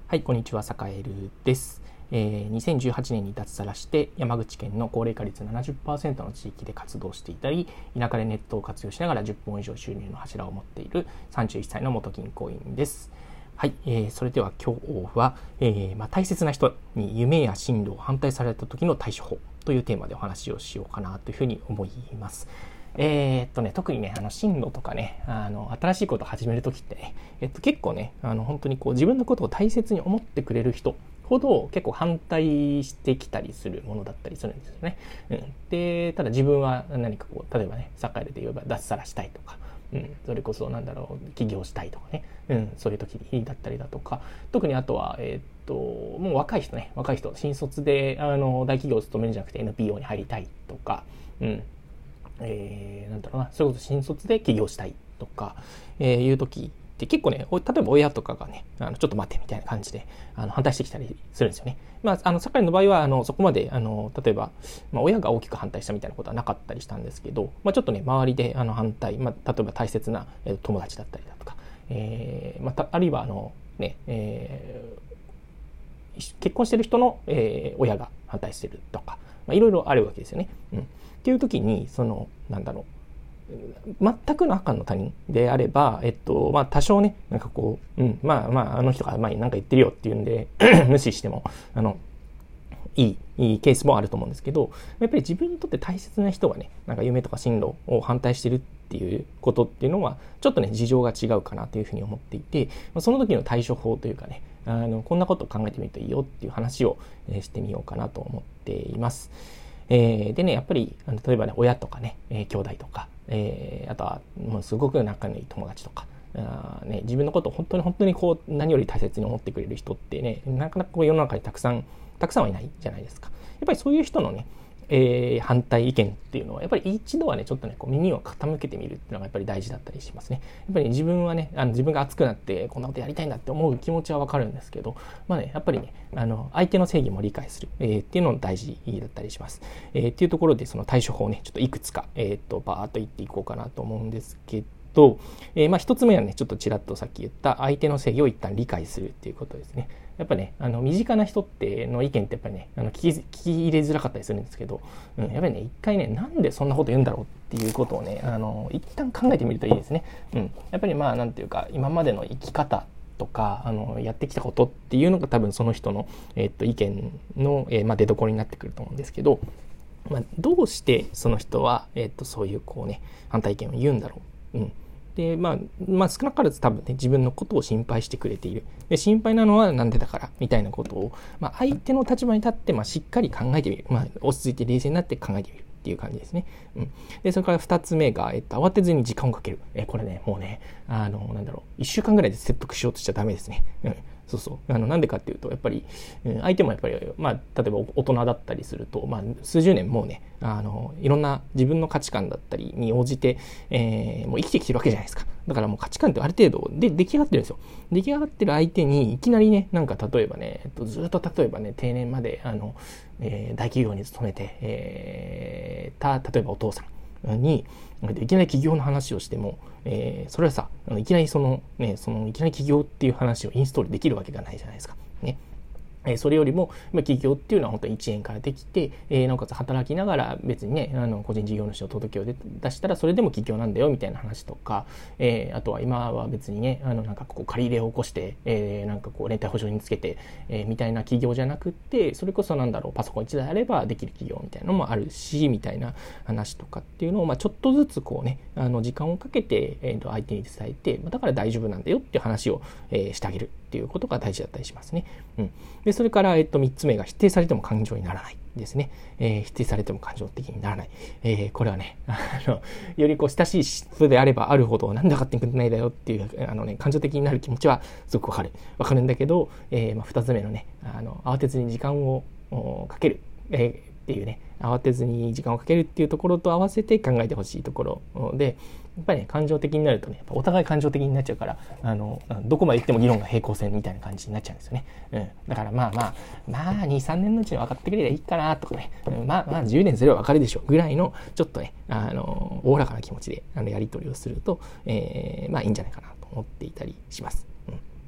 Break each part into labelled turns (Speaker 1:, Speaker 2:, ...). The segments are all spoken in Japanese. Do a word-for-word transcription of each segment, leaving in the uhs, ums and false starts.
Speaker 1: はい、こんにちは、サカエルです。えー、にせんじゅうはちねんに脱サラして山口県の高齢化率 ななじゅっパーセント の地域で活動していたり、田舎でネットを活用しながらじゅっぽん以上収入の柱を持っているさんじゅういっさいの元銀行員です。はい、えー、それでは今日は、えーまあ、大切な人に夢や進路を反対された時の対処法というテーマでお話をしようかなというふうに思います。えー、っとね、特にね、あの進路とかね、あの新しいことを始めるときってね、えっと、結構ね、あの本当にこう自分のことを大切に思ってくれる人ほど結構反対してきたりするものだったりするんですよね。うん、で、ただ自分は何かこう、例えばね、サッカーで言えば脱サラしたいとか、うん、それこそなんだろう、起業したいとかね、うん、そういう時にだったりだとか、特にあとは、えー、っと、もう若い人ね、若い人、新卒であの大企業を勤めるんじゃなくて エヌピーオー に入りたいとか、うんえー、なんだろうな、それこそ新卒で起業したいとか、えー、いう時って結構ね、例えば親とかがね、あのちょっと待ってみたいな感じであの反対してきたりするんですよね。まあ、あの、酒井の場合は、あの、そこまで、あの、例えば、まあ、親が大きく反対したみたいなことはなかったりしたんですけど、まあ、ちょっとね、周りであの反対、まあ、例えば大切な友達だったりだとか、えー、まあ、あるいは、あの、ね、えー、結婚してる人の、えー、親が反対してるとか、まあ、いろいろあるわけですよね。うん。っていう時に、その、なんだろう、全くの赤の他人であれば、えっと、まあ、多少ね、なんかこう、うん、まあまあ、あの人が前に何か言ってるよっていうんで、無視しても、あの、いい、いいケースもあると思うんですけど、やっぱり自分にとって大切な人がね、なんか夢とか進路を反対してるっていうことっていうのは、ちょっとね、事情が違うかなというふうに思っていて、その時の対処法というかね、あの、こんなことを考えてみるといいよっていう話をしてみようかなと思っています。えー、でね、やっぱり、例えばね、親とかね、えー、兄弟とか、えー、あとは、もうすごく仲のいい友達とか、あね、自分のことを本当に本当にこう、何より大切に思ってくれる人ってね、なかなかこう世の中にたくさん、たくさんはいないじゃないですか。やっぱりそういう人のね、えー、反対意見っていうのは、やっぱり一度はね、ちょっとね、こう耳を傾けてみるっていうのがやっぱり大事だったりしますね。やっぱり、ね、自分はね、あの自分が熱くなってこんなことやりたいんだって思う気持ちはわかるんですけど、まあね、やっぱりね、あの、相手の正義も理解する、えー、っていうのも大事だったりします。えー、っていうところで、その対処法をね、ちょっといくつか、えー、っと、バーっと言っていこうかなと思うんですけど、と、えー、まあ一つ目はね、ちょっとちらっとさっき言った相手の正義を一旦理解するっていうことですね。やっぱね、あの身近な人っての意見ってやっぱりね、あの聞き、聞き入れづらかったりするんですけど、うん、やっぱりね、一回ね、なんでそんなこと言うんだろうっていうことをね、あの一旦考えてみるといいですね。うん、やっぱりまあなんていうか、今までの生き方とかあのやってきたことっていうのが多分その人の、えー、っと意見の、えーまあ、出所になってくると思うんですけど、まあ、どうしてその人は、えー、っとそういうこうね反対意見を言うんだろう。うんで、まあ、まあ、少なからず多分ね、自分のことを心配してくれている。で、心配なのはなんでだから、みたいなことを、まあ、相手の立場に立って、まあ、しっかり考えてみる。まあ、落ち着いて冷静になって考えてみるっていう感じですね。うん。で、それから二つ目が、えっと、慌てずに時間をかける。え、これね、もうね、あの、なんだろう、一週間ぐらいで説得しようとしちゃダメですね。うん。そうそう。あの、なんでかっていうと、やっぱり、相手もやっぱり、まあ、例えば大人だったりすると、まあ、数十年もうね、あの、いろんな自分の価値観だったりに応じて、えー、もう生きてきてるわけじゃないですか。だからもう価値観ってある程度で出来上がってるんですよ。出来上がってる相手に、いきなりね、なんか例えばね、えっと、ずっと例えばね、定年まで、あの、えー、大企業に勤めて、えー、た、例えばお父さんに、いきなり起業の話をしても、えー、それはさ、いきなりその、ね、その、いきなり起業っていう話をインストールできるわけがないじゃないですか。ね。それよりも、起業っていうのは本当にいちえんからできて、えー、なおかつ働きながら別にね、あの個人事業主の届けを出したらそれでも起業なんだよみたいな話とか、えー、あとは今は別にね、あのなんかこう借り入れを起こして、えー、なんかこう連帯保証につけて、えー、みたいな起業じゃなくって、それこそなんだろう、パソコンいちだいあればできる起業みたいなのもあるし、みたいな話とかっていうのを、まあちょっとずつこうね、あの時間をかけて、えー、と相手に伝えて、だから大丈夫なんだよっていう話を、えー、してあげるっていうことが大事だったりしますね。うん。で、それから、えっと、三つ目が否定されても感情にならないですね。えー、否定されても感情的にならない。えー、これはね、あの、よりこう、親しい人であればあるほど、なんで分かってくれないだよっていう、あのね、感情的になる気持ちはすごくわかる。わかるんだけど、えー、まあ、二つ目のね、あの、慌てずに時間をかける。えー、っていうね、慌てずに時間をかけるっていうところと合わせて考えてほしいところで、やっぱりね、感情的になるとね、お互い感情的になっちゃうから、あの、どこまで行っても議論が平行線みたいな感じになっちゃうんですよね。うん。だからまあまあ、まあ、に、さんねんのうちに分かってくれりゃいいかなとかね、うん、まあまあ、じゅうねんすれば分かるでしょうぐらいの、ちょっとね、あの、おおらかな気持ちで、あの、やり取りをすると、えー、まあいいんじゃないかなと思っていたりします。うん。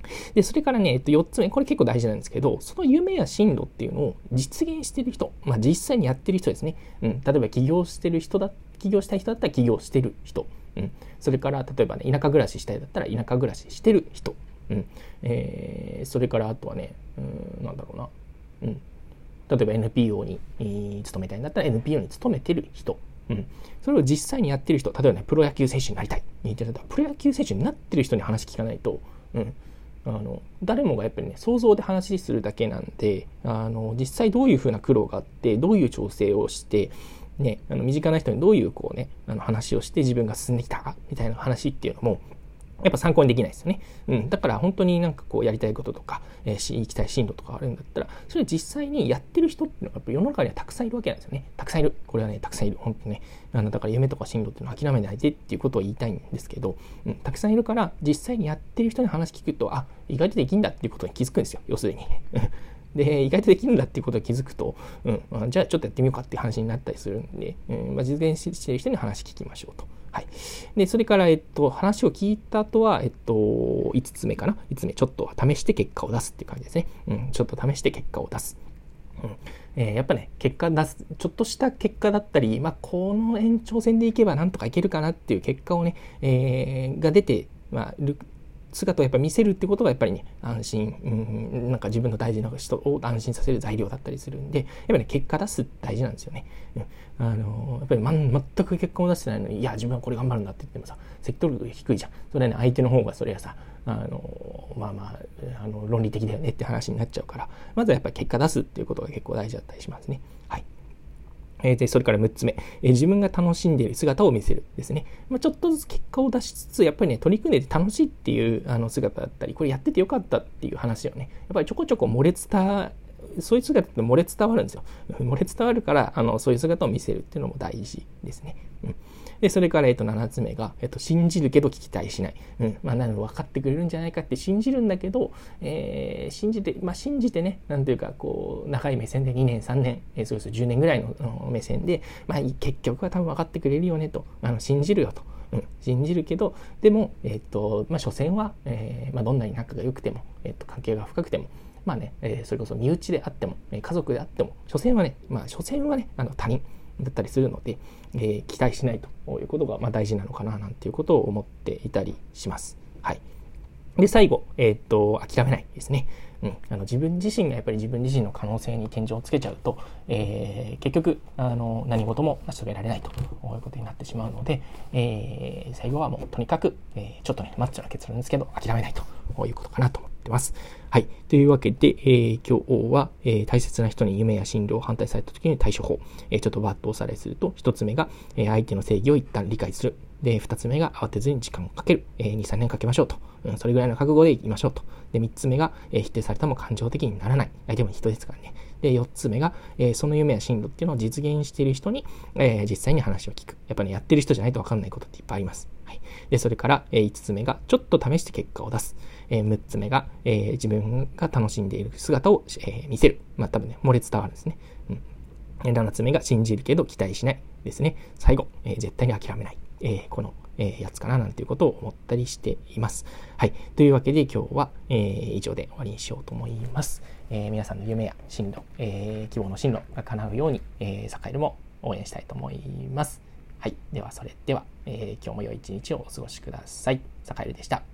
Speaker 1: で、それからね、えっと、よっつめ、これ結構大事なんですけど、その夢や進路っていうのを実現してる人、まあ実際にやってる人ですね。うん、例えば起業してる人だ、起業したい人だったら起業してる人。うん、それから例えばね、田舎暮らししたいだったら田舎暮らししてる人。うん、えー、それからあとはね、うん、なんだろうな。うん、例えば エヌピーオー に、えー、勤めたいんだったら エヌピーオー に勤めてる人。うん、それを実際にやってる人、例えばね、プロ野球選手になりたい。言ってたら、プロ野球選手になってる人に話聞かないと、うん、あの誰もがやっぱりね、想像で話するだけなんで、あの実際どういうふうな苦労があって、どういう調整をして、ね、あの身近な人にどういうこうね、あの話をして自分が進んできたかみたいな話っていうのも、やっぱ参考にできないですよね。うん。だから本当になんかこうやりたいこととか、えー、行きたい進路とかあるんだったら、それ実際にやってる人っていうのがやっぱ世の中にはたくさんいるわけなんですよね。たくさんいる。これはね、たくさんいる。本当ね。あの、だから夢とか進路っていうのは諦めないでっていうことを言いたいんですけど、うん、たくさんいるから、実際にやってる人に話聞くと、あ、意外とできんだっていうことに気づくんですよ。要するに。で、意外とできるんだっていうことに気づくと、うん、じゃあちょっとやってみようかっていう話になったりするんで、うんまあ、実現している人に話聞きましょうと。はい。で、それから、えっと、話を聞いた後は、えっと、いつつめかな。いつつめ、ちょっと試して結果を出すっていう感じですね。うん、ちょっと試して結果を出す。うんえー、やっぱね、結果出す、ちょっとした結果だったり、まあ、この延長戦でいけばなんとかいけるかなっていう結果をね、えー、が出て、まあ、姿をやっぱ見せるってことがやっぱりね、安心、うん、なんか自分の大事な人を安心させる材料だったりするんで、やっぱりね、結果出す大事なんですよね。うん、あのやっぱり、ま、全く結果を出してないのに、いや、自分はこれ頑張るんだって言ってもさ、説得力低いじゃん。それはね、相手の方がそれはさ、あのまあまあ、あの論理的だよねって話になっちゃうから、まずはやっぱり結果出すっていうことが結構大事だったりしますね。はい。でそれからむっつめ、えー、自分が楽しんでいる姿を見せるですね。まあ、ちょっとずつ結果を出しつつ、やっぱりね、取り組んでて楽しいっていうあの姿だったり、これやっててよかったっていう話をね、やっぱりちょこちょこ漏れ伝そういう姿って漏れ伝わるんですよ。漏れ伝わるから、あのそういう姿を見せるっていうのも大事ですね。うんで、それから、えっと、ななつめが、えっと、信じるけど期待しない。うん。まあ、なの分かってくれるんじゃないかって信じるんだけど、えー、信じて、まあ、信じてね、なんていうか、こう、長い目線でにねん、さんねん、えー、そうです、じゅうねんぐらいの目線で、まあ、結局は多分分かってくれるよねと、あの、信じるよと。うん、信じるけど、でも、えっと、まあ、所詮は、えー、まあ、どんなに仲が良くても、えっと、関係が深くても、まあね、えー、それこそ身内であっても、家族であっても、所詮はね、まあ、所詮はね、あの、他人。だったりするので、えー、期待しないということが、まあ、大事なのかななんていうことを思っていたりします。はい。で、最後、えー、っと、諦めないですね。うん、あの自分自身がやっぱり自分自身の可能性に天井をつけちゃうと、えー、結局あの何事も成し遂げられないということになってしまうので、えー、最後はもうとにかく、えー、ちょっとねマッチョな結論ですけど諦めないということかなと思ってます。はい。というわけで、えー、今日は、えー、大切な人に夢や進路を反対された時に対処法、えー、ちょっとバッとおさらいすると、一つ目が、えー、相手の正義を一旦理解する。で、二つ目が慌てずに時間をかける。えー、に、さんねんかけましょうと。うん、それぐらいの覚悟でいきましょうと。で、三つ目が、えー、否定されたも感情的にならない。相手も人ですからね。で、四つ目が、えー、その夢や進路っていうのを実現している人に、えー、実際に話を聞く。やっぱり、ね、やってる人じゃないと分かんないことっていっぱいあります。はい。で、それから、えー、五つ目が、ちょっと試して結果を出す。えー、六つ目が、えー、自分が楽しんでいる姿を、えー、見せる。まあ、多分ね、漏れ伝わるんですね。うん。七つ目が、信じるけど期待しないですね。最後、えー、絶対に諦めない。えー、この、えー、やつかななんていうことを思ったりしています。はい。というわけで今日は、えー、以上で終わりにしようと思います。えー、皆さんの夢や進路、えー、希望の進路が叶うように、えー、サカエルも応援したいと思います。はい。ではそれでは、えー、今日も良い一日をお過ごしください。サカエルでした。